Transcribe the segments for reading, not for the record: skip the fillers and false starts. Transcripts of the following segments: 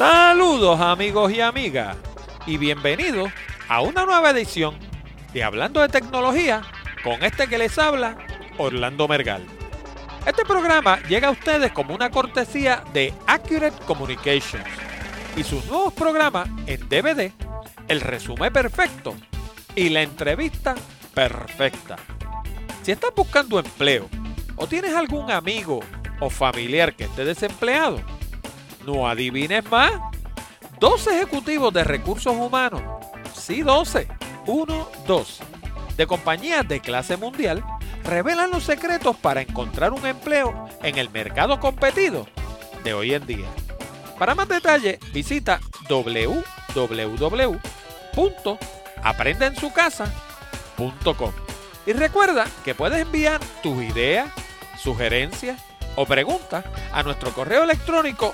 Saludos amigos y amigas y bienvenidos a una nueva edición de Hablando de Tecnología con este que les habla, Orlando Mergal. Este programa llega a ustedes como una cortesía de Accurate Communications y sus nuevos programas en DVD, El Resumen Perfecto y La Entrevista Perfecta. Si estás buscando empleo o tienes algún amigo o familiar que esté desempleado, no adivines más. 12 ejecutivos de recursos humanos, sí 12, 2, de compañías de clase mundial, revelan los secretos para encontrar un empleo en el mercado competido de hoy en día. Para más detalles, visita www.aprendensucasa.com y recuerda que puedes enviar tus ideas, sugerencias o preguntas a nuestro correo electrónico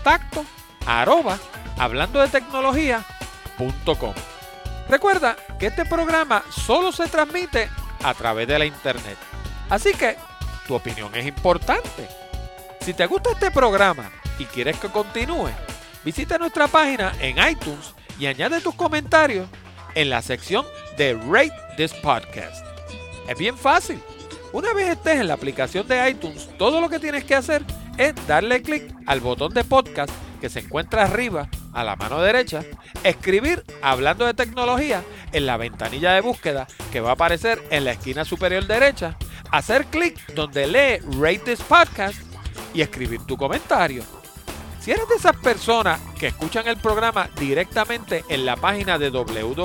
contacto@hablandodetecnología.com. Recuerda que este programa solo se transmite a través de la internet, así que tu opinión es importante. Si te gusta este programa y quieres que continúe, visita nuestra página en iTunes y añade tus comentarios en la sección de Rate This Podcast. Es bien fácil. Una vez estés en la aplicación de iTunes, todo lo que tienes que hacer es darle clic al botón de podcast que se encuentra arriba a la mano derecha, escribir Hablando de Tecnología en la ventanilla de búsqueda que va a aparecer en la esquina superior derecha, hacer clic donde lee Rate This Podcast y escribir tu comentario. Si eres de esas personas que escuchan el programa directamente en la página de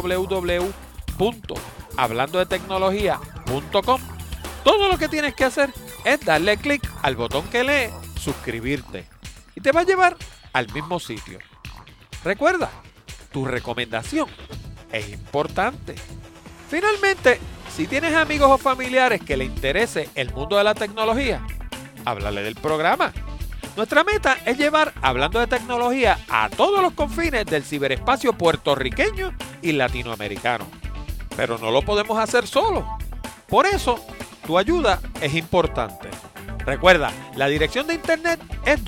www.hablandodetecnología.com, todo lo que tienes que hacer es darle clic al botón que lee suscribirte y te va a llevar al mismo sitio. Recuerda, tu recomendación es importante. Finalmente, si tienes amigos o familiares que le interese el mundo de la tecnología, háblale del programa. Nuestra meta es llevar Hablando de Tecnología a todos los confines del ciberespacio puertorriqueño y latinoamericano. Pero no lo podemos hacer solos. Por eso, tu ayuda es importante. Recuerda, la dirección de internet es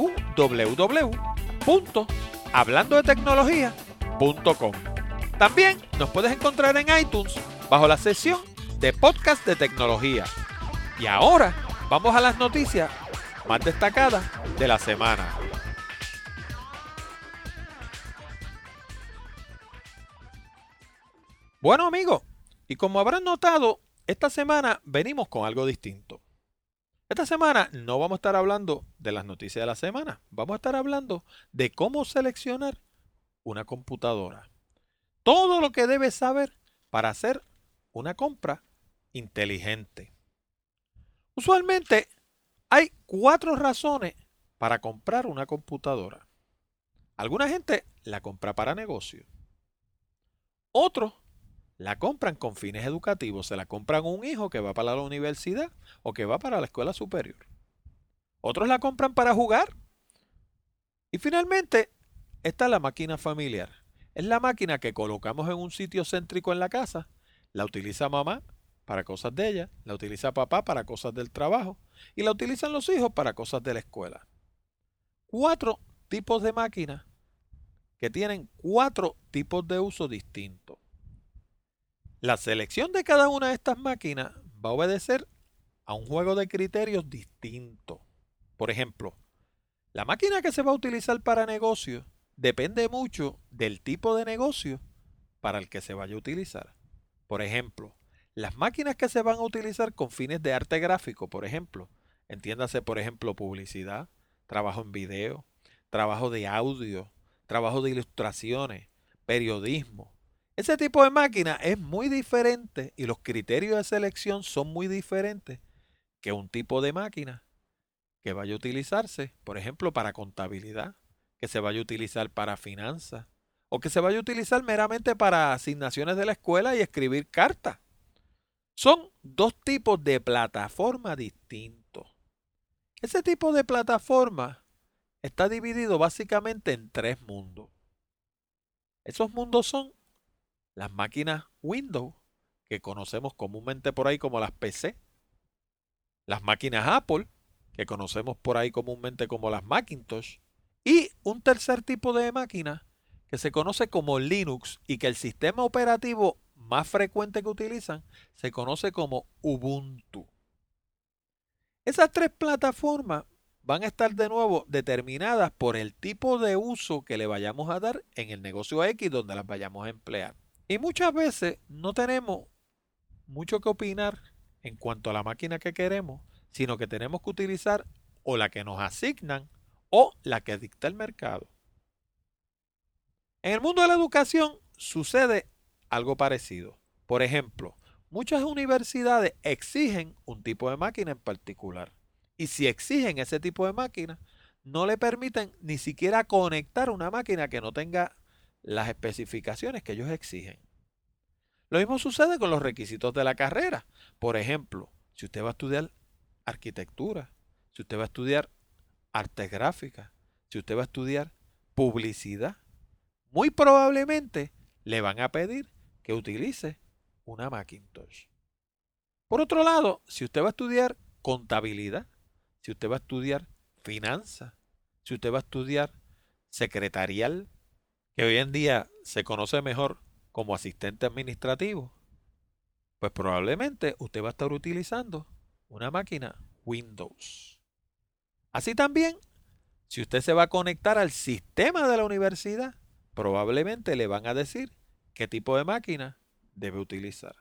www.hablandodetecnología.com. También nos puedes encontrar en iTunes bajo la sección de podcast de tecnología. Y ahora vamos a las noticias más destacadas de la semana. Bueno amigos, y como habrán notado, esta semana venimos con algo distinto. Esta semana no vamos a estar hablando de las noticias de la semana. Vamos a estar hablando de cómo seleccionar una computadora. Todo lo que debes saber para hacer una compra inteligente. Usualmente hay 4 razones para comprar una computadora. Alguna gente la compra para negocio. Otros la compran con fines educativos, se la compran a un hijo que va para la universidad o que va para la escuela superior. Otros la compran para jugar. Y finalmente está la máquina familiar. Es la máquina que colocamos en un sitio céntrico en la casa. La utiliza mamá para cosas de ella, la utiliza papá para cosas del trabajo y la utilizan los hijos para cosas de la escuela. 4 tipos de máquinas que tienen 4 tipos de uso distintos. La selección de cada una de estas máquinas va a obedecer a un juego de criterios distintos. Por ejemplo, la máquina que se va a utilizar para negocio depende mucho del tipo de negocio para el que se vaya a utilizar. Por ejemplo, las máquinas que se van a utilizar con fines de arte gráfico, por ejemplo, entiéndase por ejemplo publicidad, trabajo en video, trabajo de audio, trabajo de ilustraciones, periodismo. Ese tipo de máquina es muy diferente y los criterios de selección son muy diferentes que un tipo de máquina que vaya a utilizarse, por ejemplo, para contabilidad, que se vaya a utilizar para finanzas o que se vaya a utilizar meramente para asignaciones de la escuela y escribir cartas. Son 2 tipos de plataforma distintos. Ese tipo de plataforma está dividido básicamente en 3 mundos. Esos mundos son las máquinas Windows, que conocemos comúnmente por ahí como las PC, las máquinas Apple, que conocemos por ahí comúnmente como las Macintosh, Y un tercer tipo de máquina que se conoce como Linux y que el sistema operativo más frecuente que utilizan se conoce como Ubuntu. Esas tres plataformas van a estar de nuevo determinadas por el tipo de uso que le vayamos a dar en el negocio X donde las vayamos a emplear. Y muchas veces no tenemos mucho que opinar en cuanto a la máquina que queremos, sino que tenemos que utilizar o la que nos asignan o la que dicta el mercado. En el mundo de la educación sucede algo parecido. Por ejemplo, muchas universidades exigen un tipo de máquina en particular. Y si exigen ese tipo de máquina, no le permiten ni siquiera conectar una máquina que no tenga las especificaciones que ellos exigen. Lo mismo sucede con los requisitos de la carrera. Por ejemplo, si usted va a estudiar arquitectura, si usted va a estudiar artes gráficas, si usted va a estudiar publicidad, muy probablemente le van a pedir que utilice una Macintosh. Por otro lado, si usted va a estudiar contabilidad, si usted va a estudiar finanzas, si usted va a estudiar secretarial, que hoy en día se conoce mejor como asistente administrativo, pues probablemente usted va a estar utilizando una máquina Windows. Así también, si usted se va a conectar al sistema de la universidad, probablemente le van a decir qué tipo de máquina debe utilizar.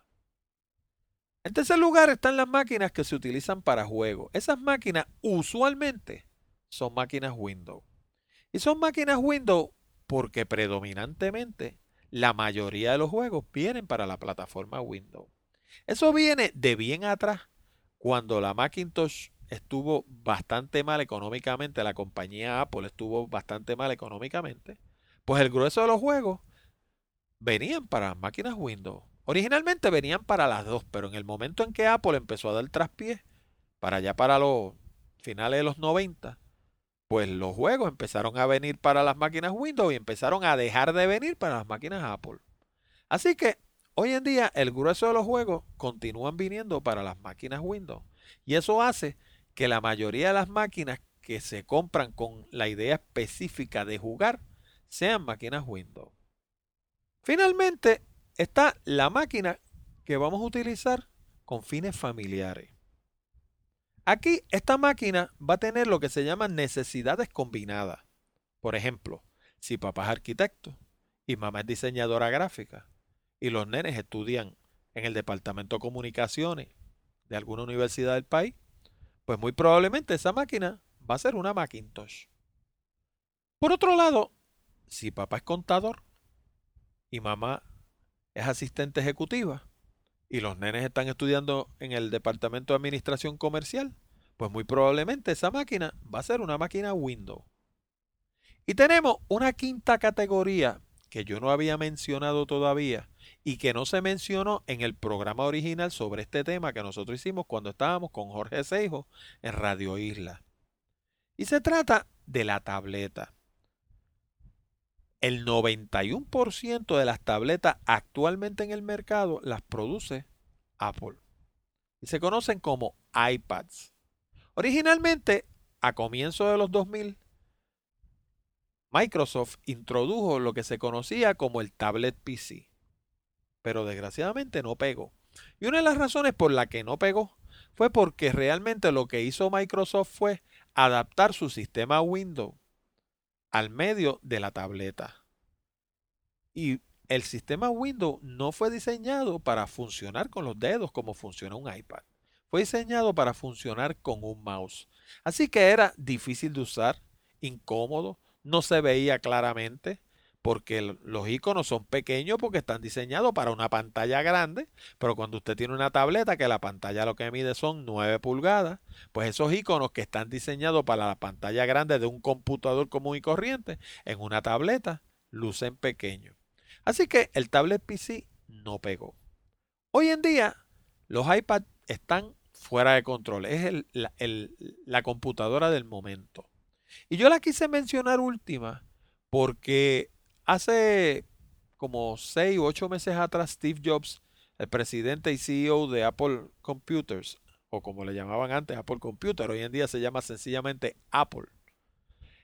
En tercer lugar están las máquinas que se utilizan para juegos. Esas máquinas usualmente son máquinas Windows. Y son máquinas Windows porque predominantemente la mayoría de los juegos vienen para la plataforma Windows. Eso viene de bien atrás, cuando la Macintosh estuvo bastante mal económicamente, la compañía Apple estuvo bastante mal económicamente, pues el grueso de los juegos venían para las máquinas Windows. Originalmente venían para las dos, pero en el momento en que Apple empezó a dar traspié, para allá para los finales de los 90, pues los juegos empezaron a venir para las máquinas Windows y empezaron a dejar de venir para las máquinas Apple. Así que hoy en día el grueso de los juegos continúan viniendo para las máquinas Windows. Y eso hace que la mayoría de las máquinas que se compran con la idea específica de jugar sean máquinas Windows. Finalmente está la máquina que vamos a utilizar con fines familiares. Aquí esta máquina va a tener lo que se llaman necesidades combinadas. Por ejemplo, si papá es arquitecto y mamá es diseñadora gráfica y los nenes estudian en el departamento de comunicaciones de alguna universidad del país, pues muy probablemente esa máquina va a ser una Macintosh. Por otro lado, si papá es contador y mamá es asistente ejecutiva y los nenes están estudiando en el departamento de administración comercial, pues muy probablemente esa máquina va a ser una máquina Windows. Y tenemos una quinta categoría que yo no había mencionado todavía y que no se mencionó en el programa original sobre este tema que nosotros hicimos cuando estábamos con Jorge Seijo en Radio Isla. Y se trata de la tableta. El 91% de las tabletas actualmente en el mercado las produce Apple y se conocen como iPads. Originalmente, a comienzos de los 2000, Microsoft introdujo lo que se conocía como el tablet PC, pero desgraciadamente no pegó. Y una de las razones por la que no pegó fue porque realmente lo que hizo Microsoft fue adaptar su sistema Windows al medio de la tableta. Y el sistema Windows no fue diseñado para funcionar con los dedos como funciona un iPad. Fue diseñado para funcionar con un mouse. Así que era difícil de usar, incómodo, no se veía claramente porque los iconos son pequeños porque están diseñados para una pantalla grande, pero cuando usted tiene una tableta que la pantalla lo que mide son 9 pulgadas, pues esos iconos que están diseñados para la pantalla grande de un computador común y corriente, en una tableta lucen pequeños. Así que el tablet PC no pegó. Hoy en día los iPads están fuera de control. Es la computadora del momento. Y yo la quise mencionar última porque hace como 6 u 8 meses atrás Steve Jobs, el presidente y CEO de Apple Computers, o como le llamaban antes Apple Computer, hoy en día se llama sencillamente Apple.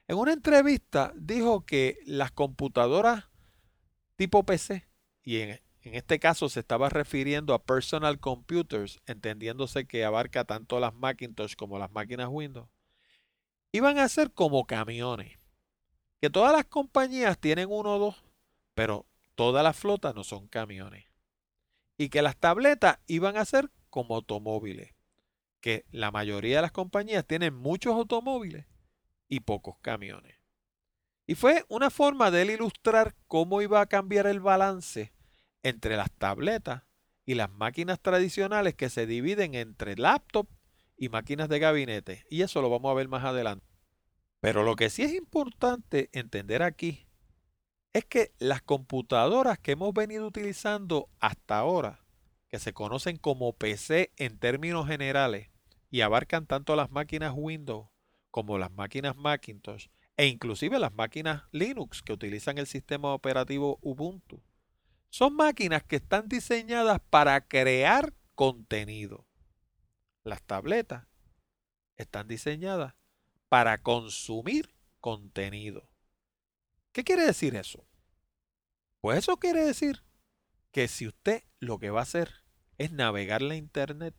En una entrevista dijo que las computadoras tipo PC, y en este caso se estaba refiriendo a personal computers, entendiéndose que abarca tanto las Macintosh como las máquinas Windows, iban a ser como camiones, que todas las compañías tienen uno o dos, pero todas las flotas no son camiones. Y que las tabletas iban a ser como automóviles, que la mayoría de las compañías tienen muchos automóviles y pocos camiones. Y fue una forma de él ilustrar cómo iba a cambiar el balance entre las tabletas y las máquinas tradicionales que se dividen entre laptop y máquinas de gabinete. Y eso lo vamos a ver más adelante. Pero lo que sí es importante entender aquí es que las computadoras que hemos venido utilizando hasta ahora, que se conocen como PC en términos generales y abarcan tanto las máquinas Windows como las máquinas Macintosh e inclusive las máquinas Linux que utilizan el sistema operativo Ubuntu, son máquinas que están diseñadas para crear contenido. Las tabletas están diseñadas para consumir contenido. ¿Qué quiere decir eso? Pues eso quiere decir que si usted lo que va a hacer es navegar la internet,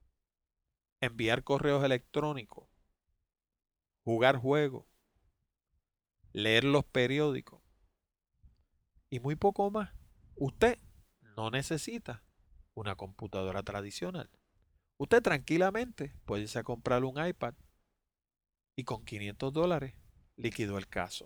enviar correos electrónicos, jugar juegos, leer los periódicos y muy poco más, usted no necesita una computadora tradicional. Usted tranquilamente puede irse a comprar un iPad y con $500 liquidó el caso.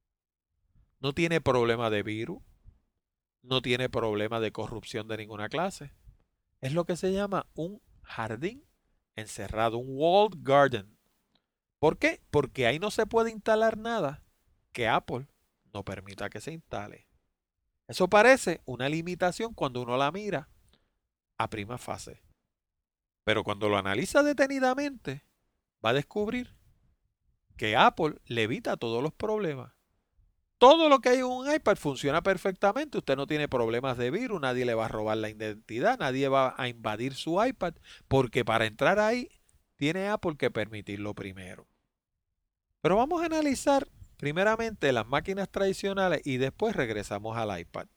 No tiene problema de virus, no tiene problema de corrupción de ninguna clase. Es lo que se llama un jardín encerrado, un walled garden. ¿Por qué? Porque ahí no se puede instalar nada que Apple no permita que se instale. Eso parece una limitación cuando uno la mira a prima fase. Pero cuando lo analiza detenidamente, va a descubrir que Apple le evita todos los problemas. Todo lo que hay en un iPad funciona perfectamente. Usted no tiene problemas de virus, nadie le va a robar la identidad, nadie va a invadir su iPad, porque para entrar ahí tiene Apple que permitirlo primero. Pero vamos a analizar primeramente las máquinas tradicionales y después regresamos al iPad.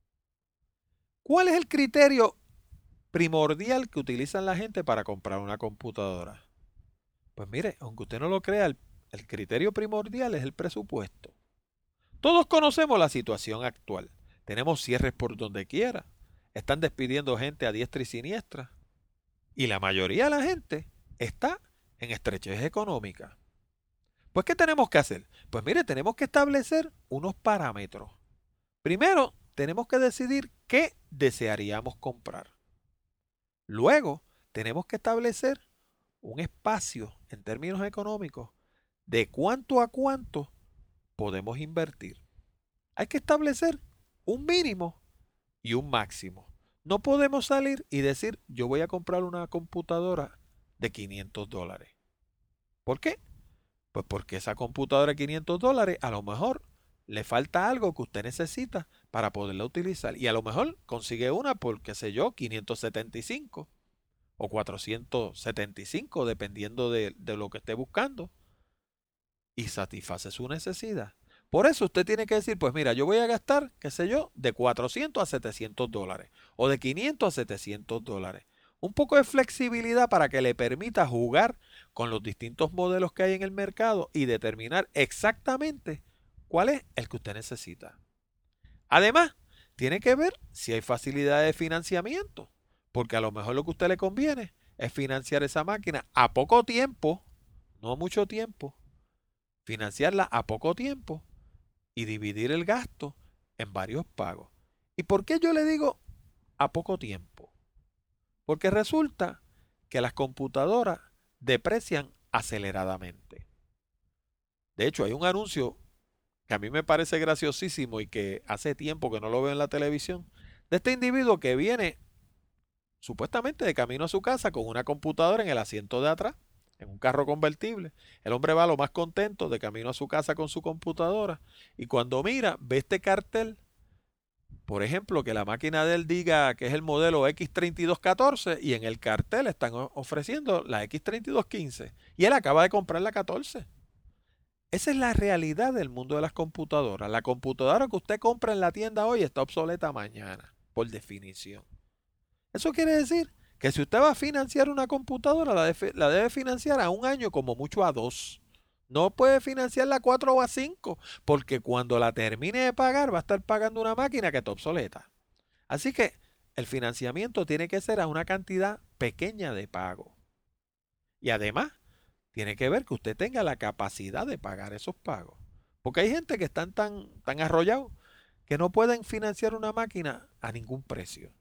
¿Cuál es el criterio primordial que utilizan la gente para comprar una computadora? Pues mire, aunque usted no lo crea, el criterio primordial es el presupuesto. Todos conocemos la situación actual. Tenemos cierres por donde quiera. Están despidiendo gente a diestra y siniestra. Y la mayoría de la gente está en estrechez económica. Pues, ¿qué tenemos que hacer? Pues mire, tenemos que establecer unos parámetros. Primero, tenemos que decidir qué desearíamos comprar. Luego, tenemos que establecer un espacio en términos económicos de cuánto a cuánto podemos invertir. Hay que establecer un mínimo y un máximo. No podemos salir y decir, yo voy a comprar una computadora de $500. ¿Por qué? Pues porque esa computadora de $500 a lo mejor le falta algo que usted necesita para poderla utilizar. Y a lo mejor consigue una por, qué sé yo, 575 o 475, dependiendo de lo que esté buscando. Y satisface su necesidad. Por eso usted tiene que decir, pues mira, yo voy a gastar, qué sé yo, de $400 a $700 o de $500 a $700. Un poco de flexibilidad para que le permita jugar con los distintos modelos que hay en el mercado y determinar exactamente cuál es el que usted necesita. Además, tiene que ver si hay facilidad de financiamiento, porque a lo mejor lo que a usted le conviene es financiar esa máquina a poco tiempo, no mucho tiempo, financiarla a poco tiempo y dividir el gasto en varios pagos. ¿Y por qué yo le digo a poco tiempo? Porque resulta que las computadoras deprecian aceleradamente. De hecho, hay un anuncio que a mí me parece graciosísimo y que hace tiempo que no lo veo en la televisión, de este individuo que viene supuestamente de camino a su casa con una computadora en el asiento de atrás, en un carro convertible. El hombre va lo más contento de camino a su casa con su computadora y cuando mira, ve este cartel, por ejemplo, que la máquina de él diga que es el modelo X3214 y en el cartel están ofreciendo la X3215 y él acaba de comprar la 14. Esa es la realidad del mundo de las computadoras. La computadora que usted compra en la tienda hoy está obsoleta mañana, por definición. Eso quiere decir que si usted va a financiar una computadora, la debe financiar a un año, como mucho a dos. No puede financiarla a 4 o a 5, porque cuando la termine de pagar va a estar pagando una máquina que está obsoleta. Así que el financiamiento tiene que ser a una cantidad pequeña de pago. Y además, tiene que ver que usted tenga la capacidad de pagar esos pagos. Porque hay gente que están tan arrollados que no pueden financiar una máquina a ningún precio.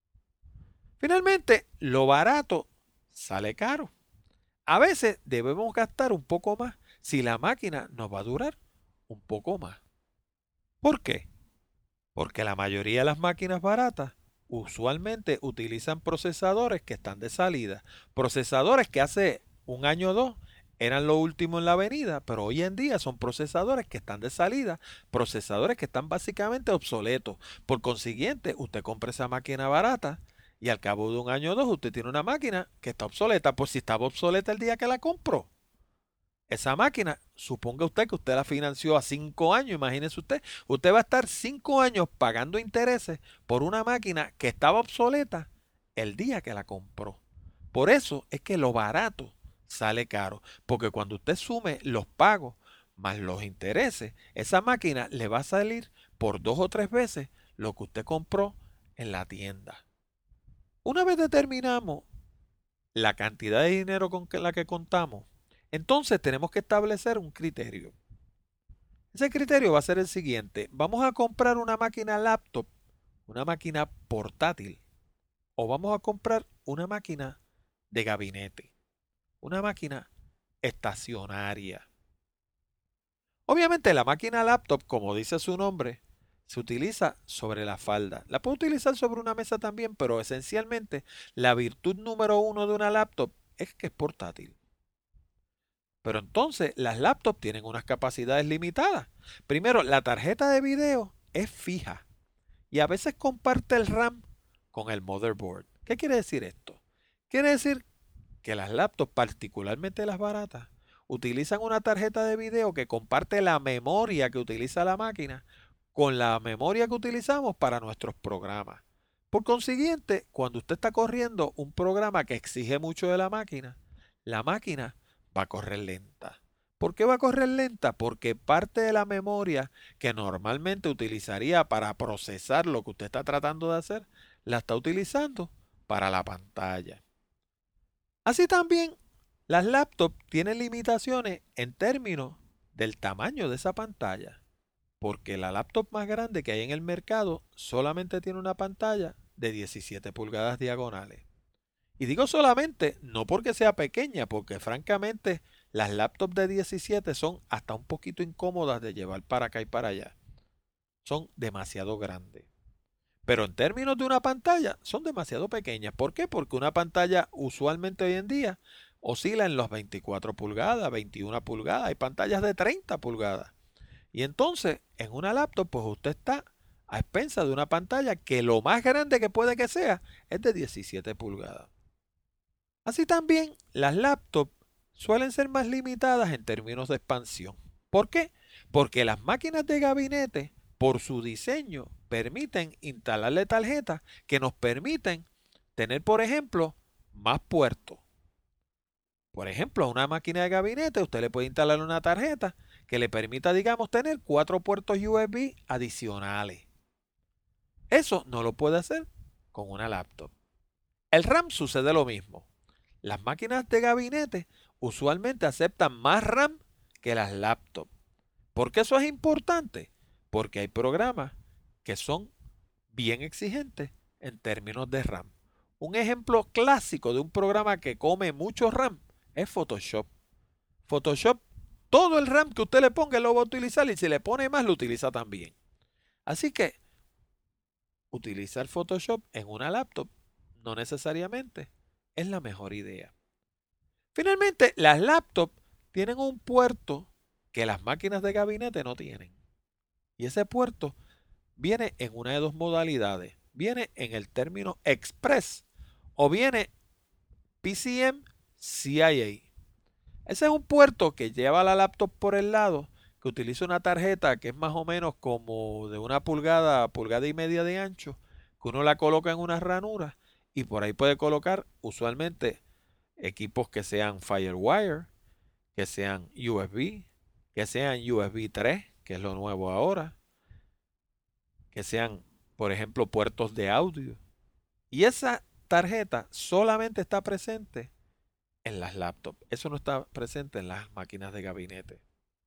Finalmente, lo barato sale caro. A veces debemos gastar un poco más si la máquina nos va a durar un poco más. ¿Por qué? Porque la mayoría de las máquinas baratas usualmente utilizan procesadores que están de salida. Procesadores que hace un año o dos eran lo último en la avenida, pero hoy en día son procesadores que están de salida, procesadores que están básicamente obsoletos. Por consiguiente, usted compra esa máquina barata y al cabo de un año o dos usted tiene una máquina que está obsoleta, por si estaba obsoleta el día que la compró. Esa máquina, suponga usted que usted la financió a 5 años, imagínese usted va a estar 5 años pagando intereses por una máquina que estaba obsoleta el día que la compró. Por eso es que lo barato sale caro, porque cuando usted sume los pagos más los intereses, esa máquina le va a salir por 2 o 3 veces lo que usted compró en la tienda. Una vez determinamos la cantidad de dinero con la que contamos, entonces tenemos que establecer un criterio. Ese criterio va a ser el siguiente. Vamos a comprar una máquina laptop, una máquina portátil, o vamos a comprar una máquina de gabinete, una máquina estacionaria. Obviamente la máquina laptop, como dice su nombre, se utiliza sobre la falda. La puede utilizar sobre una mesa también, pero esencialmente la virtud número uno de una laptop es que es portátil. Pero entonces las laptops tienen unas capacidades limitadas. Primero, la tarjeta de video es fija y a veces comparte el RAM con el motherboard. ¿Qué quiere decir esto? Quiere decir que las laptops, particularmente las baratas, utilizan una tarjeta de video que comparte la memoria que utiliza la máquina con la memoria que utilizamos para nuestros programas. Por consiguiente, cuando usted está corriendo un programa que exige mucho de la máquina va a correr lenta. ¿Por qué va a correr lenta? Porque parte de la memoria que normalmente utilizaría para procesar lo que usted está tratando de hacer, la está utilizando para la pantalla. Así también, las laptops tienen limitaciones en términos del tamaño de esa pantalla, porque la laptop más grande que hay en el mercado solamente tiene una pantalla de 17 pulgadas diagonales. Y digo solamente, no porque sea pequeña, porque francamente las laptops de 17 son hasta un poquito incómodas de llevar para acá y para allá. Son demasiado grandes. Pero en términos de una pantalla, son demasiado pequeñas. ¿Por qué? Porque una pantalla usualmente hoy en día oscila en los 24 pulgadas, 21 pulgadas. Hay pantallas de 30 pulgadas. Y entonces, en una laptop, pues usted está a expensas de una pantalla que lo más grande que puede que sea es de 17 pulgadas. Así también, las laptops suelen ser más limitadas en términos de expansión. ¿Por qué? Porque las máquinas de gabinete, por su diseño, permiten instalarle tarjetas que nos permiten tener, por ejemplo, más puertos. Por ejemplo, a una máquina de gabinete usted le puede instalar una tarjeta que le permita, digamos, tener 4 puertos USB adicionales. Eso no lo puede hacer con una laptop. El RAM sucede lo mismo. Las máquinas de gabinete usualmente aceptan más RAM que las laptops. ¿Por qué eso es importante? Porque hay programas que son bien exigentes en términos de RAM. Un ejemplo clásico de un programa que come mucho RAM es Photoshop. Photoshop, todo el RAM que usted le ponga lo va a utilizar y si le pone más lo utiliza también. Así que utilizar Photoshop en una laptop no necesariamente es la mejor idea. Finalmente, las laptops tienen un puerto que las máquinas de gabinete no tienen. Y ese puerto viene en una de dos modalidades. Viene en el término Express o viene PCM CIA. Ese es un puerto que lleva la laptop por el lado, que utiliza una tarjeta que es más o menos como de una pulgada, pulgada y media de ancho, que uno la coloca en una ranura y por ahí puede colocar usualmente equipos que sean Firewire, que sean USB, que sean USB 3, que es lo nuevo ahora, que sean, por ejemplo, puertos de audio. Y esa tarjeta solamente está presente en las laptops. Eso no está presente en las máquinas de gabinete.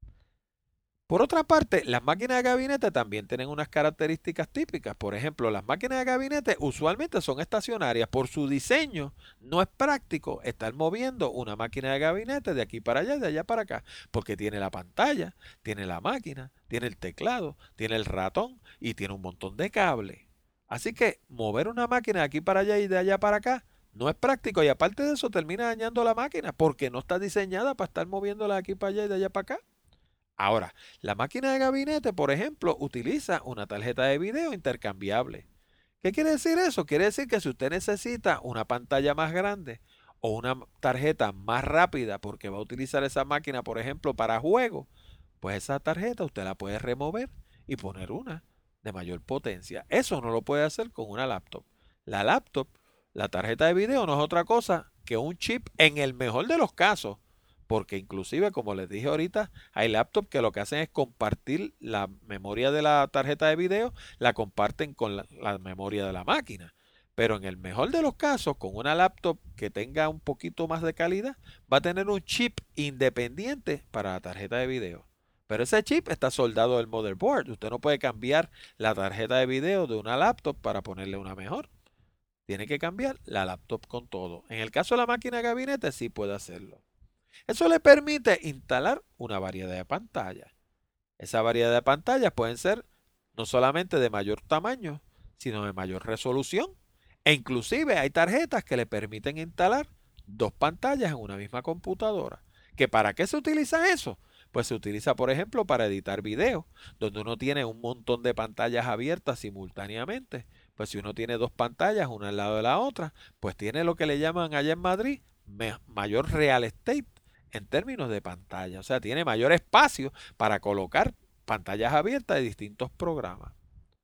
Por otra parte, las máquinas de gabinete también tienen unas características típicas. Por ejemplo, las máquinas de gabinete usualmente son estacionarias. Por su diseño, no es práctico estar moviendo una máquina de gabinete de aquí para allá y de allá para acá, porque tiene la pantalla, tiene la máquina, tiene el teclado, tiene el ratón y tiene un montón de cables. Así que mover una máquina de aquí para allá y de allá para acá no es práctico y aparte de eso termina dañando la máquina porque no está diseñada para estar moviéndola de aquí para allá y de allá para acá. Ahora, la máquina de gabinete, por ejemplo, utiliza una tarjeta de video intercambiable. ¿Qué quiere decir eso? Quiere decir que si usted necesita una pantalla más grande o una tarjeta más rápida porque va a utilizar esa máquina, por ejemplo, para juegos, pues esa tarjeta usted la puede remover y poner una de mayor potencia. Eso no lo puede hacer con una laptop. La laptop, la tarjeta de video no es otra cosa que un chip en el mejor de los casos, porque inclusive, como les dije ahorita, hay laptops que lo que hacen es compartir la memoria de la tarjeta de video, la comparten con la memoria de la máquina. Pero en el mejor de los casos, con una laptop que tenga un poquito más de calidad, va a tener un chip independiente para la tarjeta de video. Pero ese chip está soldado del motherboard. Usted no puede cambiar la tarjeta de video de una laptop para ponerle una mejor. Tiene que cambiar la laptop con todo. En el caso de la máquina de gabinete, sí puede hacerlo. Eso le permite instalar una variedad de pantallas. Esa variedad de pantallas pueden ser no solamente de mayor tamaño, sino de mayor resolución. E inclusive hay tarjetas que le permiten instalar dos pantallas en una misma computadora. ¿Que para qué se utiliza eso? Pues se utiliza, por ejemplo, para editar videos, donde uno tiene un montón de pantallas abiertas simultáneamente. Pues si uno tiene dos pantallas, una al lado de la otra, pues tiene lo que le llaman allá en Madrid mayor real estate en términos de pantalla. O sea, tiene mayor espacio para colocar pantallas abiertas de distintos programas.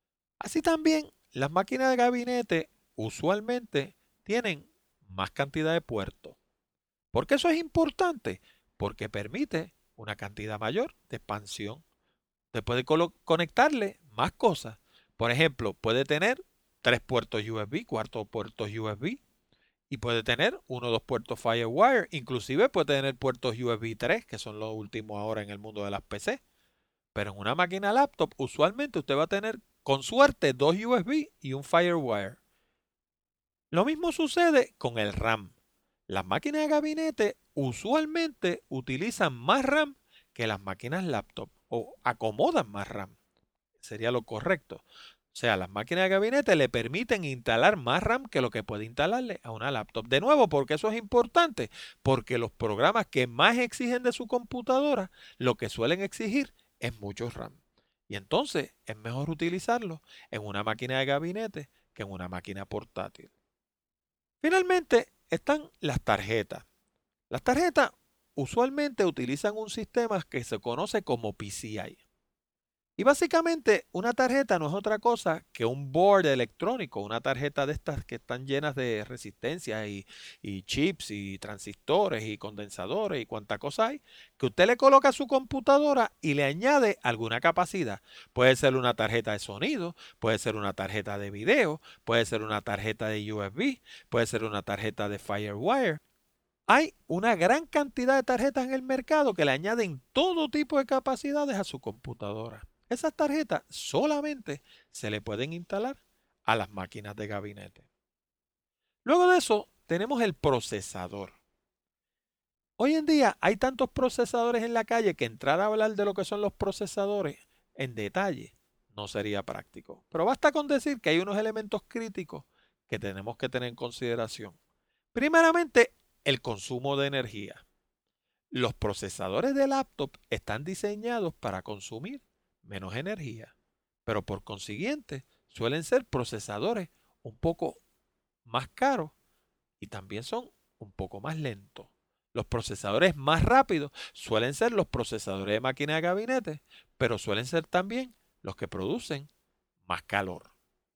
Así también, las máquinas de gabinete usualmente tienen más cantidad de puertos. ¿Por qué eso es importante? Porque permite una cantidad mayor de expansión. Usted puede conectarle más cosas. Por ejemplo, puede tener tres puertos USB, cuatro puertos USB, y puede tener uno o dos puertos Firewire. Inclusive puede tener puertos USB 3, que son los últimos ahora en el mundo de las PC. Pero en una máquina laptop, usualmente usted va a tener, con suerte, dos USB y un Firewire. Lo mismo sucede con el RAM. Las máquinas de gabinete usualmente utilizan más RAM que las máquinas laptop o acomodan más RAM. Sería lo correcto. O sea, las máquinas de gabinete le permiten instalar más RAM que lo que puede instalarle a una laptop. De nuevo, ¿porque eso es importante? Porque los programas que más exigen de su computadora, lo que suelen exigir es mucho RAM. Y entonces es mejor utilizarlo en una máquina de gabinete que en una máquina portátil. Finalmente están las tarjetas. Las tarjetas usualmente utilizan un sistema que se conoce como PCI. Y básicamente una tarjeta no es otra cosa que un board electrónico, una tarjeta de estas que están llenas de resistencias y chips y transistores y condensadores y cuánta cosa hay, que usted le coloca a su computadora y le añade alguna capacidad. Puede ser una tarjeta de sonido, puede ser una tarjeta de video, puede ser una tarjeta de USB, puede ser una tarjeta de Firewire. Hay una gran cantidad de tarjetas en el mercado que le añaden todo tipo de capacidades a su computadora. Esas tarjetas solamente se le pueden instalar a las máquinas de gabinete. Luego de eso, tenemos el procesador. Hoy en día hay tantos procesadores en la calle que entrar a hablar de lo que son los procesadores en detalle no sería práctico. Pero basta con decir que hay unos elementos críticos que tenemos que tener en consideración. Primeramente, el consumo de energía. Los procesadores de laptop están diseñados para consumir menos energía, pero por consiguiente suelen ser procesadores un poco más caros y también son un poco más lentos. Los procesadores más rápidos suelen ser los procesadores de máquina de gabinete, pero suelen ser también los que producen más calor.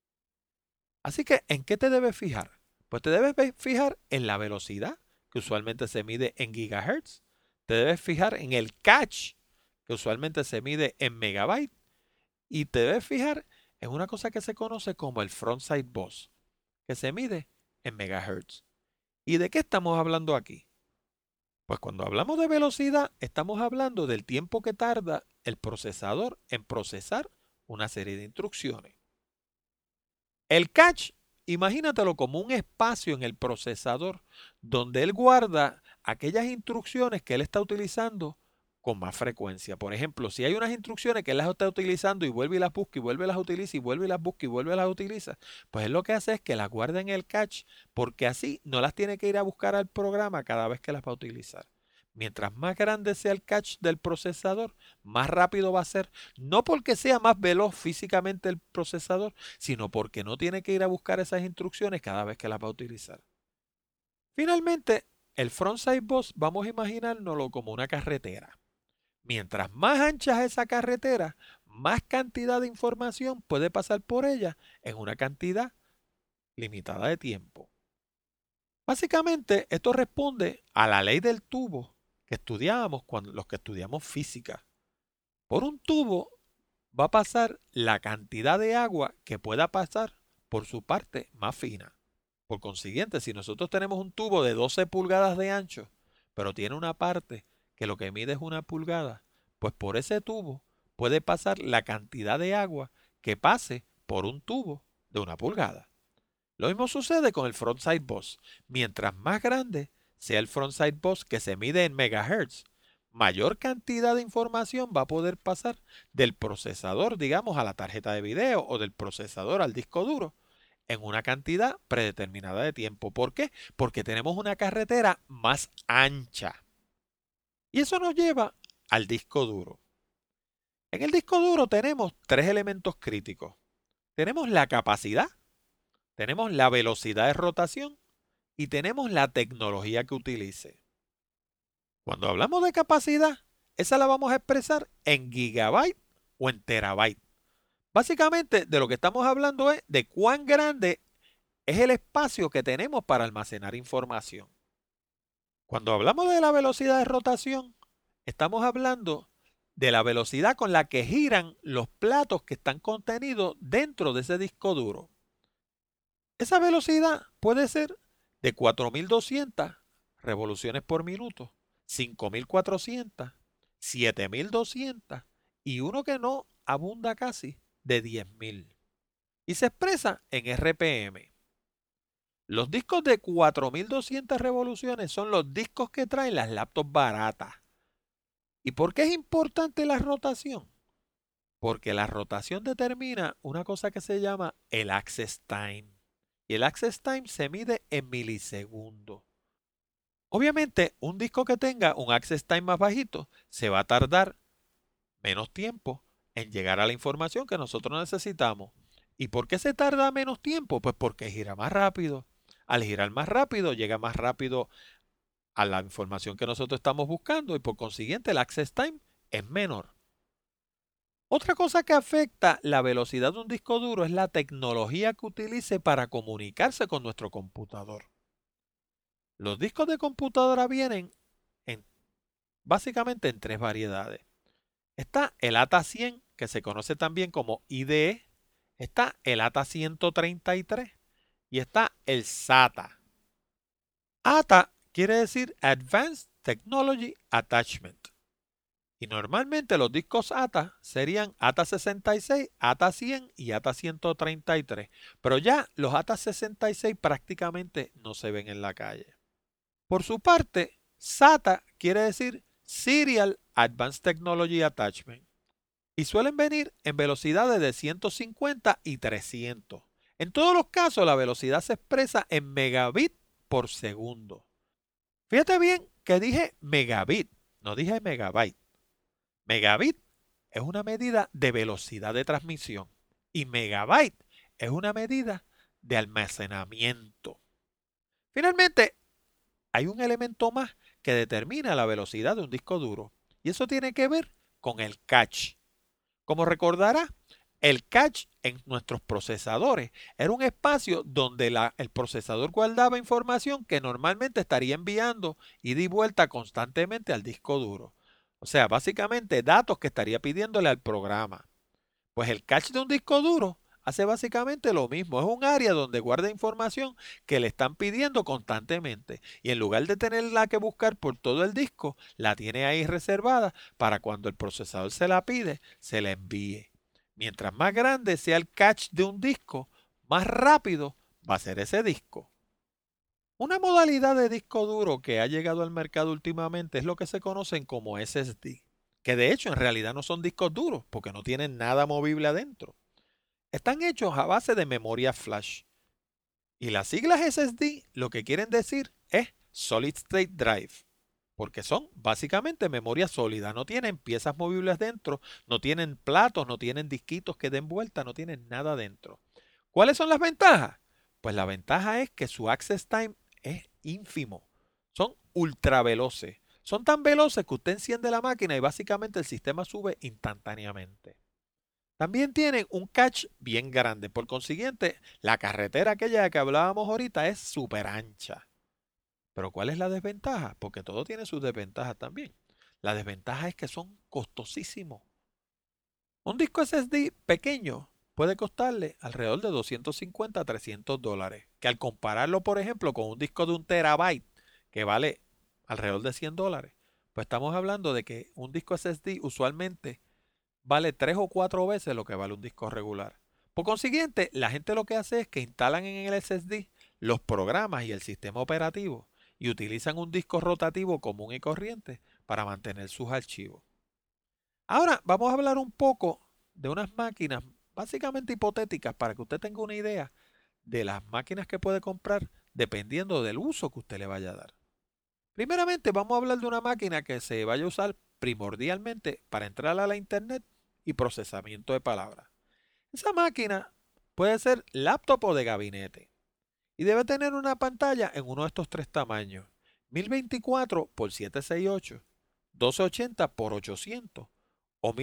Así que, ¿en qué te debes fijar? Pues te debes fijar en la velocidad, que usualmente se mide en gigahertz. Te debes fijar en el cache, que usualmente se mide en megabytes. Y te debes fijar en una cosa que se conoce como el frontside bus, que se mide en megahertz. ¿Y de qué estamos hablando aquí? Pues cuando hablamos de velocidad, estamos hablando del tiempo que tarda el procesador en procesar una serie de instrucciones. El cache, imagínatelo como un espacio en el procesador donde él guarda aquellas instrucciones que él está utilizando con más frecuencia. Por ejemplo, si hay unas instrucciones que él las está utilizando y vuelve y las busca y vuelve y las utiliza y vuelve y las busca y vuelve y las utiliza, pues él lo que hace es que las guarda en el cache porque así no las tiene que ir a buscar al programa cada vez que las va a utilizar. Mientras más grande sea el cache del procesador, más rápido va a ser. No porque sea más veloz físicamente el procesador, sino porque no tiene que ir a buscar esas instrucciones cada vez que las va a utilizar. Finalmente, el frontside bus vamos a imaginárnoslo como una carretera. Mientras más ancha es esa carretera, más cantidad de información puede pasar por ella en una cantidad limitada de tiempo. Básicamente, esto responde a la ley del tubo que estudiábamos cuando los que estudiamos física. Por un tubo va a pasar la cantidad de agua que pueda pasar por su parte más fina. Por consiguiente, si nosotros tenemos un tubo de 12 pulgadas de ancho, pero tiene una parte que lo que mide es 1 pulgada, pues por ese tubo puede pasar la cantidad de agua que pase por un tubo de 1 pulgada. Lo mismo sucede con el frontside bus. Mientras más grande sea el frontside bus que se mide en megahertz, mayor cantidad de información va a poder pasar del procesador, digamos, a la tarjeta de video o del procesador al disco duro en una cantidad predeterminada de tiempo. ¿Por qué? Porque tenemos una carretera más ancha. Y eso nos lleva al disco duro. En el disco duro tenemos tres elementos críticos. Tenemos la capacidad, tenemos la velocidad de rotación y tenemos la tecnología que utilice. Cuando hablamos de capacidad, esa la vamos a expresar en gigabyte o en terabyte. Básicamente, de lo que estamos hablando es de cuán grande es el espacio que tenemos para almacenar información. Cuando hablamos de la velocidad de rotación, estamos hablando de la velocidad con la que giran los platos que están contenidos dentro de ese disco duro. Esa velocidad puede ser de 4.200 revoluciones por minuto, 5.400, 7.200 y uno que no abunda casi de 10.000. Y se expresa en RPM. Los discos de 4.200 revoluciones son los discos que traen las laptops baratas. ¿Y por qué es importante la rotación? Porque la rotación determina una cosa que se llama el access time. Y el access time se mide en milisegundos. Obviamente, un disco que tenga un access time más bajito se va a tardar menos tiempo en llegar a la información que nosotros necesitamos. ¿Y por qué se tarda menos tiempo? Pues porque gira más rápido. Al girar más rápido, llega más rápido a la información que nosotros estamos buscando y por consiguiente el access time es menor. Otra cosa que afecta la velocidad de un disco duro es la tecnología que utilice para comunicarse con nuestro computador. Los discos de computadora vienen en, básicamente en tres variedades. Está el ATA 100, que se conoce también como IDE, está el ATA 133 y está el SATA. ATA quiere decir Advanced Technology Attachment. Y normalmente los discos ATA serían ATA 66, ATA 100 y ATA 133. Pero ya los ATA 66 prácticamente no se ven en la calle. Por su parte, SATA quiere decir Serial Advanced Technology Attachment. Y suelen venir en velocidades de 150 y 300. En todos los casos, la velocidad se expresa en megabit por segundo. Fíjate bien que dije megabit, no dije megabyte. Megabit es una medida de velocidad de transmisión y megabyte es una medida de almacenamiento. Finalmente, hay un elemento más que determina la velocidad de un disco duro. Y eso tiene que ver con el cache. Como recordará, el cache en nuestros procesadores era un espacio donde el procesador guardaba información que normalmente estaría enviando ida y vuelta constantemente al disco duro. O sea, básicamente datos que estaría pidiéndole al programa. Pues el cache de un disco duro hace básicamente lo mismo. Es un área donde guarda información que le están pidiendo constantemente. Y en lugar de tenerla que buscar por todo el disco, la tiene ahí reservada para cuando el procesador se la pide, se la envíe. Mientras más grande sea el cache de un disco, más rápido va a ser ese disco. Una modalidad de disco duro que ha llegado al mercado últimamente es lo que se conocen como SSD, que de hecho en realidad no son discos duros porque no tienen nada movible adentro. Están hechos a base de memoria flash. Y las siglas SSD lo que quieren decir es Solid State Drive, porque son básicamente memoria sólida, no tienen piezas movibles dentro, no tienen platos, no tienen disquitos que den vuelta, no tienen nada dentro. ¿Cuáles son las ventajas? Pues la ventaja es que su access time es ínfimo. Son ultra veloces. Son tan veloces que usted enciende la máquina y básicamente el sistema sube instantáneamente. También tienen un cache bien grande. Por consiguiente, la carretera aquella de que hablábamos ahorita es súper ancha. Pero ¿cuál es la desventaja? Porque todo tiene sus desventajas también. La desventaja es que son costosísimos. Un disco SSD pequeño puede costarle alrededor de 250 a $300, que al compararlo, por ejemplo, con un disco de 1 TB que vale alrededor de $100, pues estamos hablando de que un disco SSD usualmente vale 3 o 4 veces lo que vale un disco regular. Por consiguiente, la gente lo que hace es que instalan en el SSD los programas y el sistema operativo y utilizan un disco rotativo común y corriente para mantener sus archivos. Ahora vamos a hablar un poco de unas máquinas básicamente hipotéticas para que usted tenga una idea de las máquinas que puede comprar dependiendo del uso que usted le vaya a dar. Primeramente vamos a hablar de una máquina que se vaya a usar primordialmente para entrar a la internet y procesamiento de palabras. Esa máquina puede ser laptop o de gabinete y debe tener una pantalla en uno de estos tres tamaños: 1024 por 768, 1280 por 800 o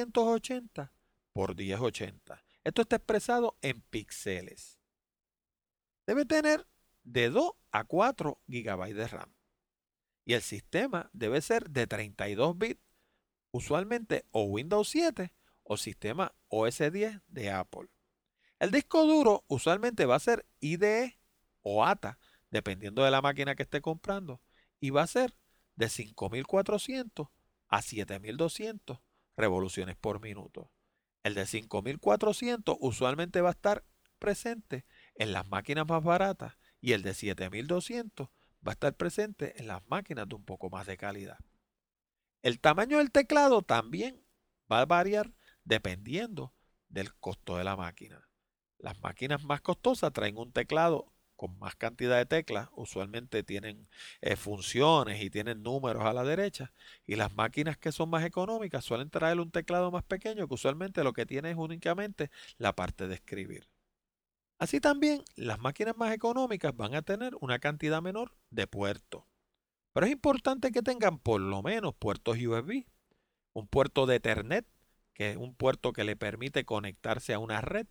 1680 por 1080. Esto está expresado en píxeles. Debe tener de 2 a 4 GB de RAM y el sistema debe ser de 32 bits, usualmente o Windows 7 o sistema OS X de Apple. El disco duro usualmente va a ser IDE o ATA, dependiendo de la máquina que esté comprando, y va a ser de 5400 a 7200 revoluciones por minuto. El de 5400 usualmente va a estar presente en las máquinas más baratas y el de 7200 va a estar presente en las máquinas de un poco más de calidad. El tamaño del teclado también va a variar dependiendo del costo de la máquina. Las máquinas más costosas traen un teclado con más cantidad de teclas, usualmente tienen funciones y tienen números a la derecha, y las máquinas que son más económicas suelen traer un teclado más pequeño que usualmente lo que tiene es únicamente la parte de escribir. Así también, las máquinas más económicas van a tener una cantidad menor de puertos, pero es importante que tengan por lo menos puertos USB, un puerto de Ethernet, que es un puerto que le permite conectarse a una red,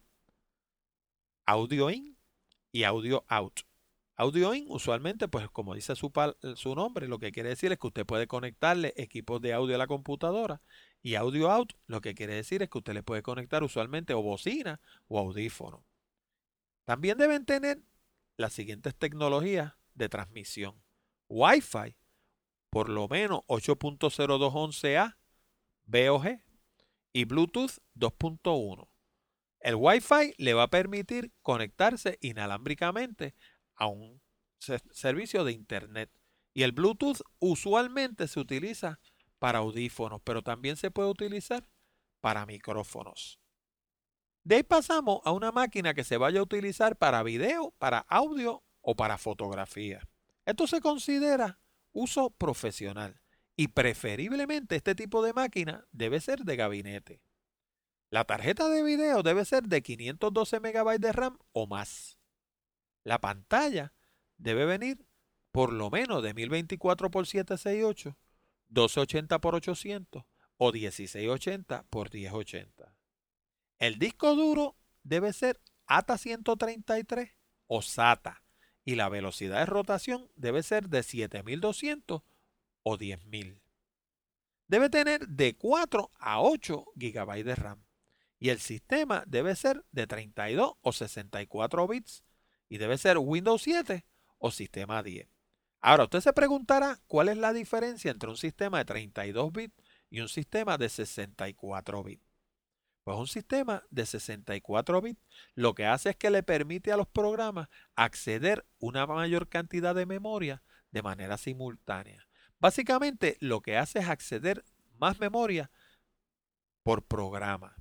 audio in y audio out. Audio in usualmente, pues como dice su nombre, lo que quiere decir es que usted puede conectarle equipos de audio a la computadora, y audio out lo que quiere decir es que usted le puede conectar usualmente o bocina o audífono. También deben tener las siguientes tecnologías de transmisión: Wi-Fi, por lo menos 8.0211a BOG y Bluetooth 2.1. El Wi-Fi le va a permitir conectarse inalámbricamente a un servicio de Internet. Y el Bluetooth usualmente se utiliza para audífonos, pero también se puede utilizar para micrófonos. De ahí pasamos a una máquina que se vaya a utilizar para video, para audio o para fotografía. Esto se considera uso profesional y preferiblemente este tipo de máquina debe ser de gabinete. La tarjeta de video debe ser de 512 MB de RAM o más. La pantalla debe venir por lo menos de 1024 por 768, 1280 por 800 o 1680 por 1080. El disco duro debe ser ATA 133 o SATA y la velocidad de rotación debe ser de 7200 o 10000. Debe tener de 4 a 8 GB de RAM y el sistema debe ser de 32 o 64 bits y debe ser Windows 7 o sistema 10. Ahora, usted se preguntará cuál es la diferencia entre un sistema de 32 bits y un sistema de 64 bits. Pues un sistema de 64 bits lo que hace es que le permite a los programas acceder a una mayor cantidad de memoria de manera simultánea. Básicamente lo que hace es acceder más memoria por programa.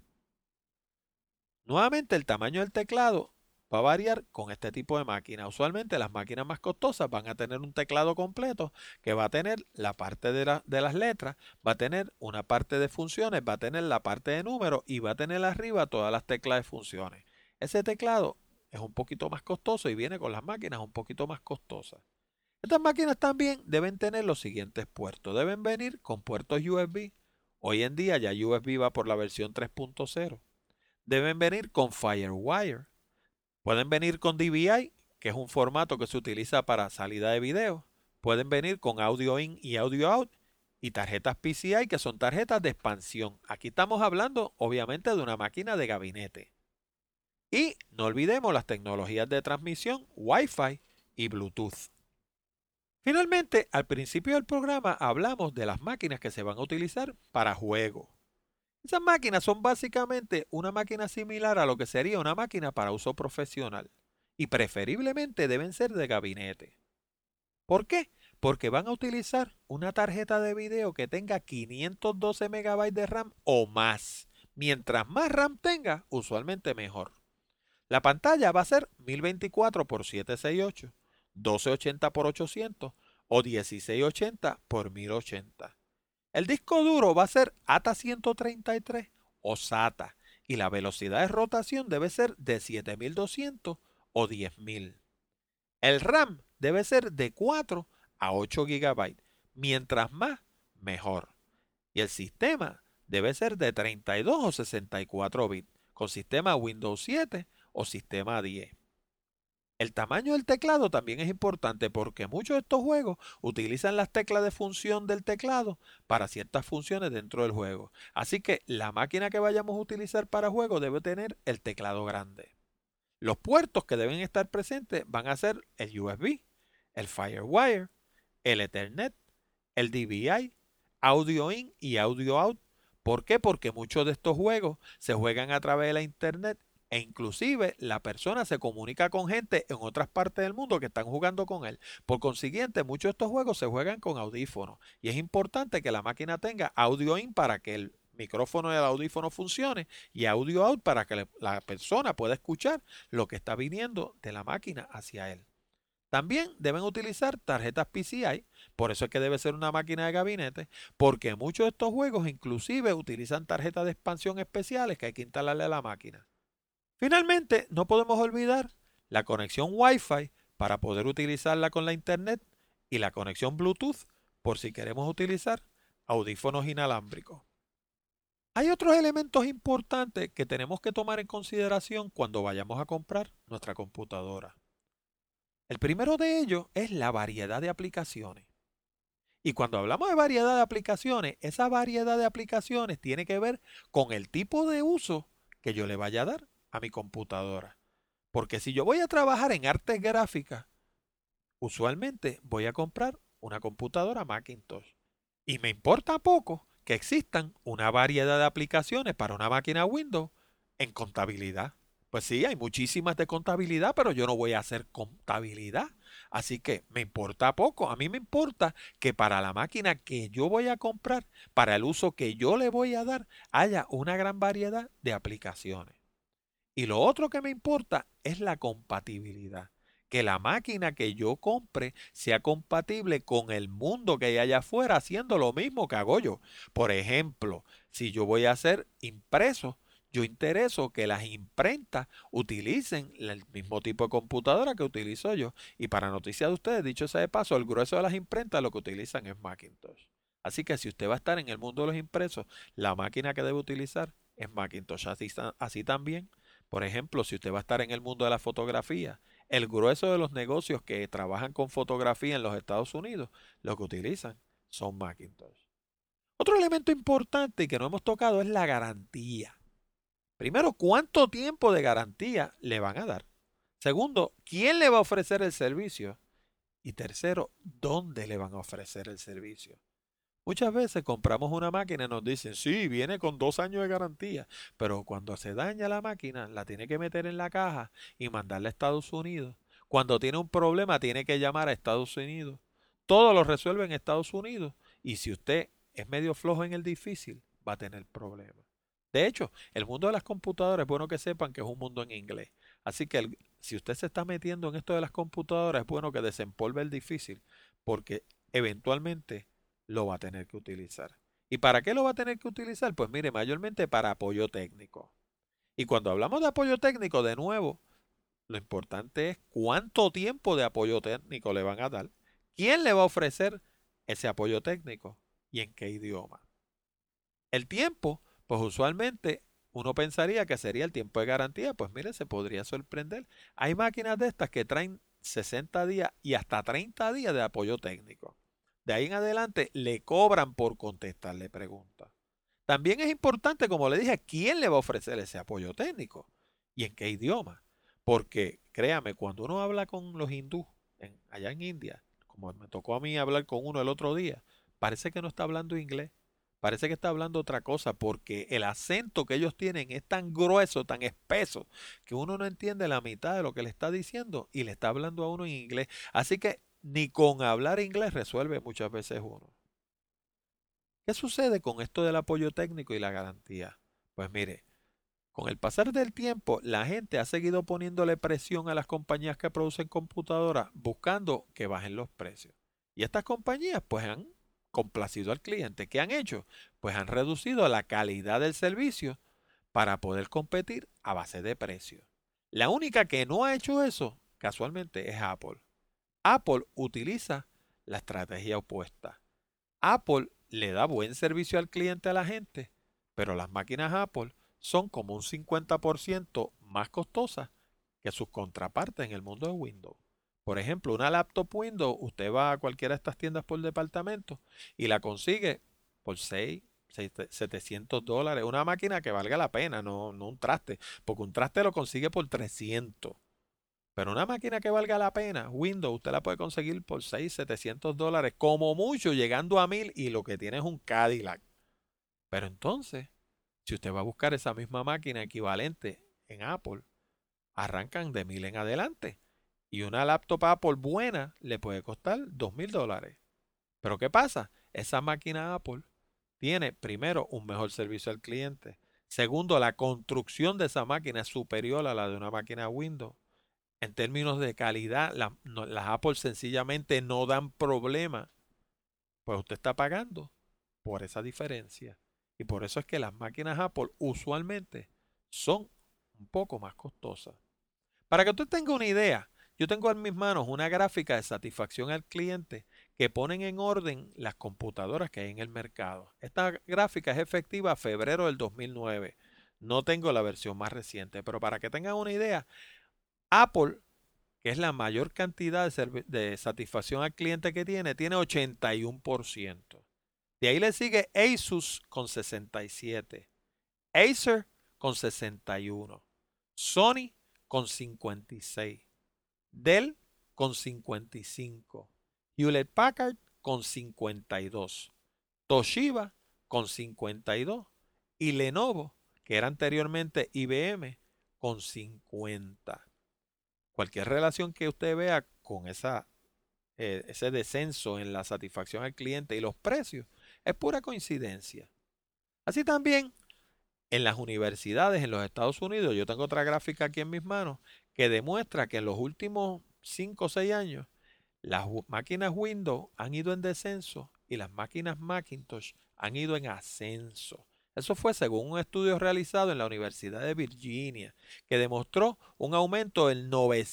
Nuevamente el tamaño del teclado va a variar con este tipo de máquina. Usualmente las máquinas más costosas van a tener un teclado completo que va a tener la parte de las letras, va a tener una parte de funciones, va a tener la parte de números y va a tener arriba todas las teclas de funciones. Ese teclado es un poquito más costoso y viene con las máquinas un poquito más costosas. Estas máquinas también deben tener los siguientes puertos. Deben venir con puertos USB. Hoy en día ya USB va por la versión 3.0. Deben venir con FireWire. Pueden venir con DVI, que es un formato que se utiliza para salida de video. Pueden venir con audio in y audio out. Y tarjetas PCI, que son tarjetas de expansión. Aquí estamos hablando, obviamente, de una máquina de gabinete. Y no olvidemos las tecnologías de transmisión, Wi-Fi y Bluetooth. Finalmente, al principio del programa hablamos de las máquinas que se van a utilizar para juego. Esas máquinas son básicamente una máquina similar a lo que sería una máquina para uso profesional y preferiblemente deben ser de gabinete. ¿Por qué? Porque van a utilizar una tarjeta de video que tenga 512 MB de RAM o más. Mientras más RAM tenga, usualmente mejor. La pantalla va a ser 1024 por 768, 1280 por 800 o 1680 por 1080. El disco duro va a ser ATA 133 o SATA y la velocidad de rotación debe ser de 7200 o 10000. El RAM debe ser de 4 a 8 GB, mientras más, mejor. Y el sistema debe ser de 32 o 64 bits, con sistema Windows 7 o sistema 10. El tamaño del teclado también es importante porque muchos de estos juegos utilizan las teclas de función del teclado para ciertas funciones dentro del juego. Así que la máquina que vayamos a utilizar para juego debe tener el teclado grande. Los puertos que deben estar presentes van a ser el USB, el FireWire, el Ethernet, el DVI, audio in y audio out. ¿Por qué? Porque muchos de estos juegos se juegan a través de la internet e inclusive la persona se comunica con gente en otras partes del mundo que están jugando con él. Por consiguiente, muchos de estos juegos se juegan con audífonos y es importante que la máquina tenga audio in para que el micrófono del audífono funcione y audio out para que la persona pueda escuchar lo que está viniendo de la máquina hacia él. También deben utilizar tarjetas PCI, por eso es que debe ser una máquina de gabinete, porque muchos de estos juegos inclusive utilizan tarjetas de expansión especiales que hay que instalarle a la máquina. Finalmente, no podemos olvidar la conexión Wi-Fi para poder utilizarla con la internet y la conexión Bluetooth por si queremos utilizar audífonos inalámbricos. Hay otros elementos importantes que tenemos que tomar en consideración cuando vayamos a comprar nuestra computadora. El primero de ellos es la variedad de aplicaciones. Y cuando hablamos de variedad de aplicaciones, esa variedad de aplicaciones tiene que ver con el tipo de uso que yo le vaya a dar a mi computadora. Porque si yo voy a trabajar en artes gráficas, usualmente voy a comprar una computadora Macintosh. Y me importa poco que existan una variedad de aplicaciones para una máquina Windows en contabilidad. Pues sí, hay muchísimas de contabilidad, pero yo no voy a hacer contabilidad. Así que me importa poco. A mí me importa que para la máquina que yo voy a comprar, para el uso que yo le voy a dar, haya una gran variedad de aplicaciones. Y lo otro que me importa es la compatibilidad. Que la máquina que yo compre sea compatible con el mundo que hay allá afuera haciendo lo mismo que hago yo. Por ejemplo, si yo voy a hacer impreso, yo intereso que las imprentas utilicen el mismo tipo de computadora que utilizo yo. Y para noticia de ustedes, dicho sea de paso, el grueso de las imprentas lo que utilizan es Macintosh. Así que si usted va a estar en el mundo de los impresos, la máquina que debe utilizar es Macintosh. Así también, por ejemplo, si usted va a estar en el mundo de la fotografía, el grueso de los negocios que trabajan con fotografía en los Estados Unidos, lo que utilizan son Macintosh. Otro elemento importante y que no hemos tocado es la garantía. Primero, ¿cuánto tiempo de garantía le van a dar? Segundo, ¿quién le va a ofrecer el servicio? Y tercero, ¿dónde le van a ofrecer el servicio? Muchas veces compramos una máquina y nos dicen, sí, viene con 2 años de garantía, pero cuando se daña la máquina, la tiene que meter en la caja y mandarla a Estados Unidos. Cuando tiene un problema, tiene que llamar a Estados Unidos. Todo lo resuelve en Estados Unidos. Y si usted es medio flojo en el difícil, va a tener problemas. De hecho, el mundo de las computadoras es bueno que sepan que es un mundo en inglés. Así que si usted se está metiendo en esto de las computadoras, es bueno que desempolve el difícil, porque eventualmente lo va a tener que utilizar. ¿Y para qué lo va a tener que utilizar? Pues mire, mayormente para apoyo técnico. Y cuando hablamos de apoyo técnico, de nuevo, lo importante es cuánto tiempo de apoyo técnico le van a dar, quién le va a ofrecer ese apoyo técnico y en qué idioma. El tiempo, pues usualmente uno pensaría que sería el tiempo de garantía, pues mire, se podría sorprender. Hay máquinas de estas que traen 60 días y hasta 30 días de apoyo técnico. De ahí en adelante le cobran por contestarle preguntas. También es importante, como le dije, quién le va a ofrecer ese apoyo técnico y en qué idioma. Porque créame, cuando uno habla con los hindúes allá en India, como me tocó a mí hablar con uno el otro día, parece que no está hablando inglés. Parece que está hablando otra cosa porque el acento que ellos tienen es tan grueso, tan espeso, que uno no entiende la mitad de lo que le está diciendo y le está hablando a uno en inglés. Así que ni con hablar inglés resuelve muchas veces uno. ¿Qué sucede con esto del apoyo técnico y la garantía? Pues mire, con el pasar del tiempo, la gente ha seguido poniéndole presión a las compañías que producen computadoras buscando que bajen los precios. Y estas compañías pues han complacido al cliente. ¿Qué han hecho? Pues han reducido la calidad del servicio para poder competir a base de precios. La única que no ha hecho eso, casualmente, es Apple. Apple utiliza la estrategia opuesta. Apple le da buen servicio al cliente a la gente, pero las máquinas Apple son como un 50% más costosas que sus contrapartes en el mundo de Windows. Por ejemplo, una laptop Windows, usted va a cualquiera de estas tiendas por departamento y la consigue por 700 dólares. Una máquina que valga la pena, no un traste, porque un traste lo consigue por 300. Pero una máquina que valga la pena, Windows, usted la puede conseguir por 600, 700 dólares, como mucho, llegando a 1000 y lo que tiene es un Cadillac. Pero entonces, si usted va a buscar esa misma máquina equivalente en Apple, arrancan de 1000 en adelante. Y una laptop Apple buena le puede costar 2000 dólares. Pero ¿qué pasa? Esa máquina Apple tiene, primero, un mejor servicio al cliente. Segundo, la construcción de esa máquina es superior a la de una máquina Windows. En términos de calidad, las Apple sencillamente no dan problema. Pues usted está pagando por esa diferencia. Y por eso es que las máquinas Apple usualmente son un poco más costosas. Para que usted tenga una idea, yo tengo en mis manos una gráfica de satisfacción al cliente que ponen en orden las computadoras que hay en el mercado. Esta gráfica es efectiva a febrero del 2009. No tengo la versión más reciente, pero para que tengan una idea, Apple, que es la mayor cantidad de satisfacción al cliente que tiene 81%. De ahí le sigue Asus con 67, Acer con 61, Sony con 56, Dell con 55, Hewlett Packard con 52, Toshiba con 52 y Lenovo, que era anteriormente IBM, con 50. Cualquier relación que usted vea con ese descenso en la satisfacción al cliente y los precios es pura coincidencia. Así también en las universidades en los Estados Unidos, yo tengo otra gráfica aquí en mis manos que demuestra que en los últimos 5 o 6 años las máquinas Windows han ido en descenso y las máquinas Macintosh han ido en ascenso. Eso fue según un estudio realizado en la Universidad de Virginia, que demostró un aumento del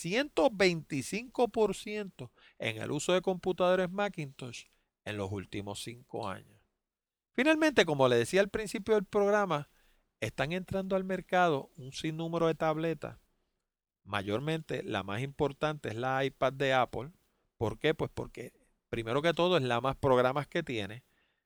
925% en el uso de computadores Macintosh en los últimos 5 años. Finalmente, como le decía al principio del programa, están entrando al mercado un sinnúmero de tabletas. Mayormente la más importante es la iPad de Apple. ¿Por qué? Pues porque primero que todo es la más programas que tiene.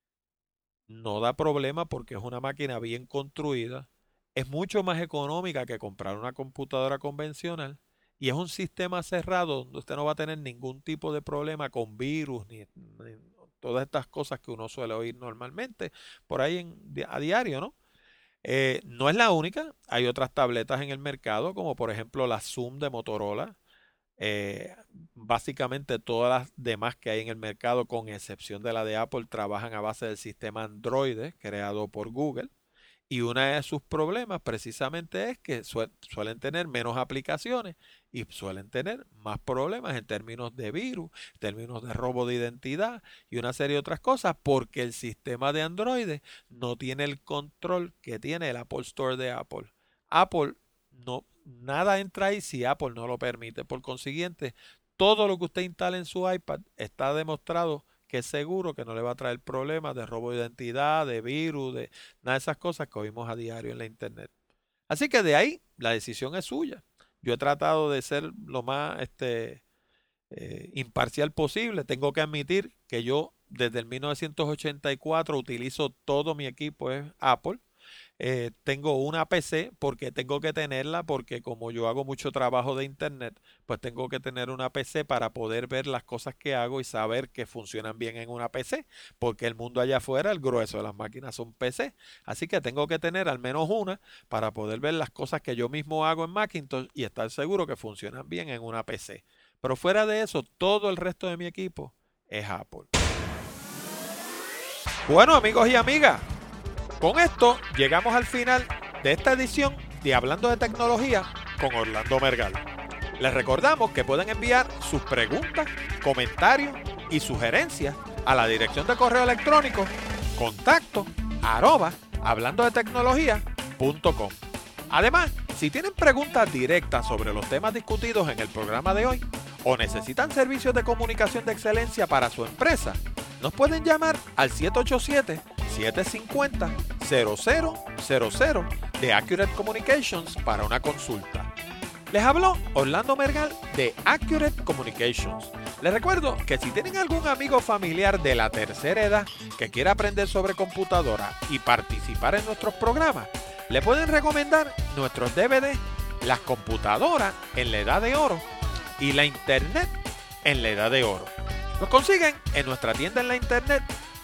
No da problema porque es una máquina bien construida. Es mucho más económica que comprar una computadora convencional. Y es un sistema cerrado donde usted no va a tener ningún tipo de problema con virus ni todas estas cosas que uno suele oír normalmente por ahí a diario, ¿no? No es la única, hay otras tabletas en el mercado, como por ejemplo la Zoom de Motorola. Básicamente todas las demás que hay en el mercado, con excepción de la de Apple, trabajan a base del sistema Android creado por Google. Y uno de sus problemas precisamente es que suelen tener menos aplicaciones y suelen tener más problemas en términos de virus, en términos de robo de identidad y una serie de otras cosas, porque el sistema de Android no tiene el control que tiene el Apple Store de Apple. Apple nada entra ahí si Apple no lo permite. Por consiguiente, todo lo que usted instale en su iPad está demostrado que es seguro, que no le va a traer problemas de robo de identidad, de virus, de nada de esas cosas que oímos a diario en la internet. Así que de ahí la decisión es suya. Yo he tratado de ser lo más imparcial posible. Tengo que admitir que yo desde el 1984 utilizo todo mi equipo es Apple. Tengo una PC porque tengo que tenerla, porque como yo hago mucho trabajo de internet, pues tengo que tener una PC para poder ver las cosas que hago y saber que funcionan bien en una PC, porque el mundo allá afuera, el grueso de las máquinas son PC, así que tengo que tener al menos una para poder ver las cosas que yo mismo hago en Macintosh y estar seguro que funcionan bien en una PC. Pero fuera de eso, todo el resto de mi equipo es Apple. Bueno, amigos y amigas, con esto llegamos al final de esta edición de Hablando de Tecnología con Orlando Mergal. Les recordamos que pueden enviar sus preguntas, comentarios y sugerencias a la dirección de correo electrónico contacto@hablandodetecnologia.com. Además, si tienen preguntas directas sobre los temas discutidos en el programa de hoy o necesitan servicios de comunicación de excelencia para su empresa, nos pueden llamar al 787-750-0000 de Accurate Communications para una consulta. Les habló Orlando Mergal de Accurate Communications. Les recuerdo que si tienen algún amigo familiar de la tercera edad que quiera aprender sobre computadora y participar en nuestros programas, le pueden recomendar nuestros DVD, las computadoras en la edad de oro y la internet en la edad de oro. Los consiguen en nuestra tienda en la internet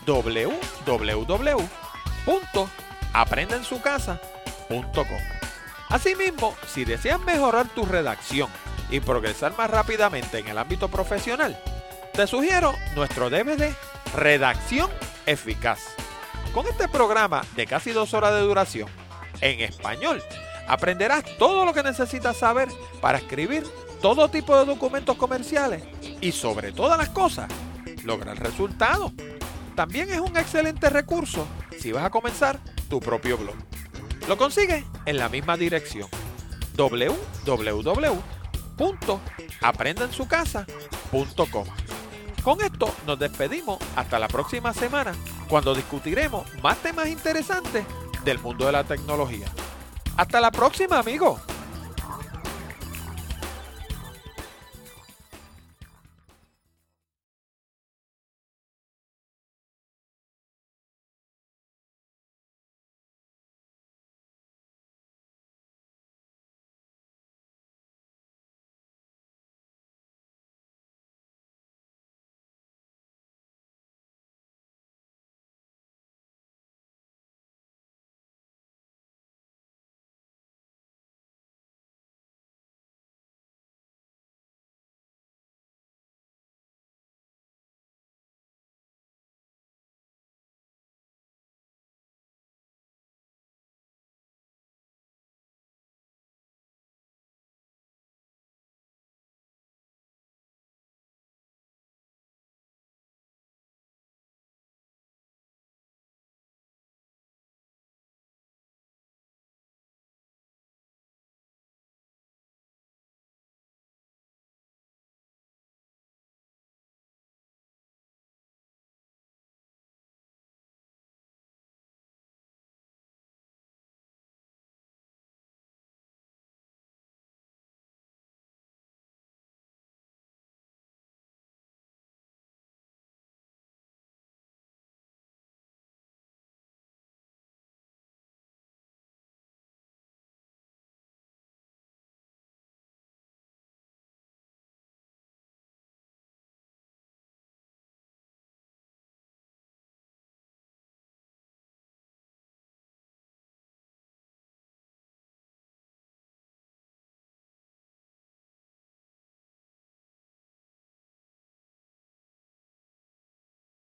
www.aprendensucasa.com. Asimismo, si deseas mejorar tu redacción y progresar más rápidamente en el ámbito profesional, te sugiero nuestro DVD Redacción Eficaz. Con este programa de casi 2 horas de duración, en español, aprenderás todo lo que necesitas saber para escribir todo tipo de documentos comerciales y, sobre todas las cosas, lograr resultados. También es un excelente recurso si vas a comenzar tu propio blog. Lo consigues en la misma dirección, www.aprendensucasa.com. Con esto nos despedimos hasta la próxima semana, cuando discutiremos más temas interesantes del mundo de la tecnología. Hasta la próxima, amigos.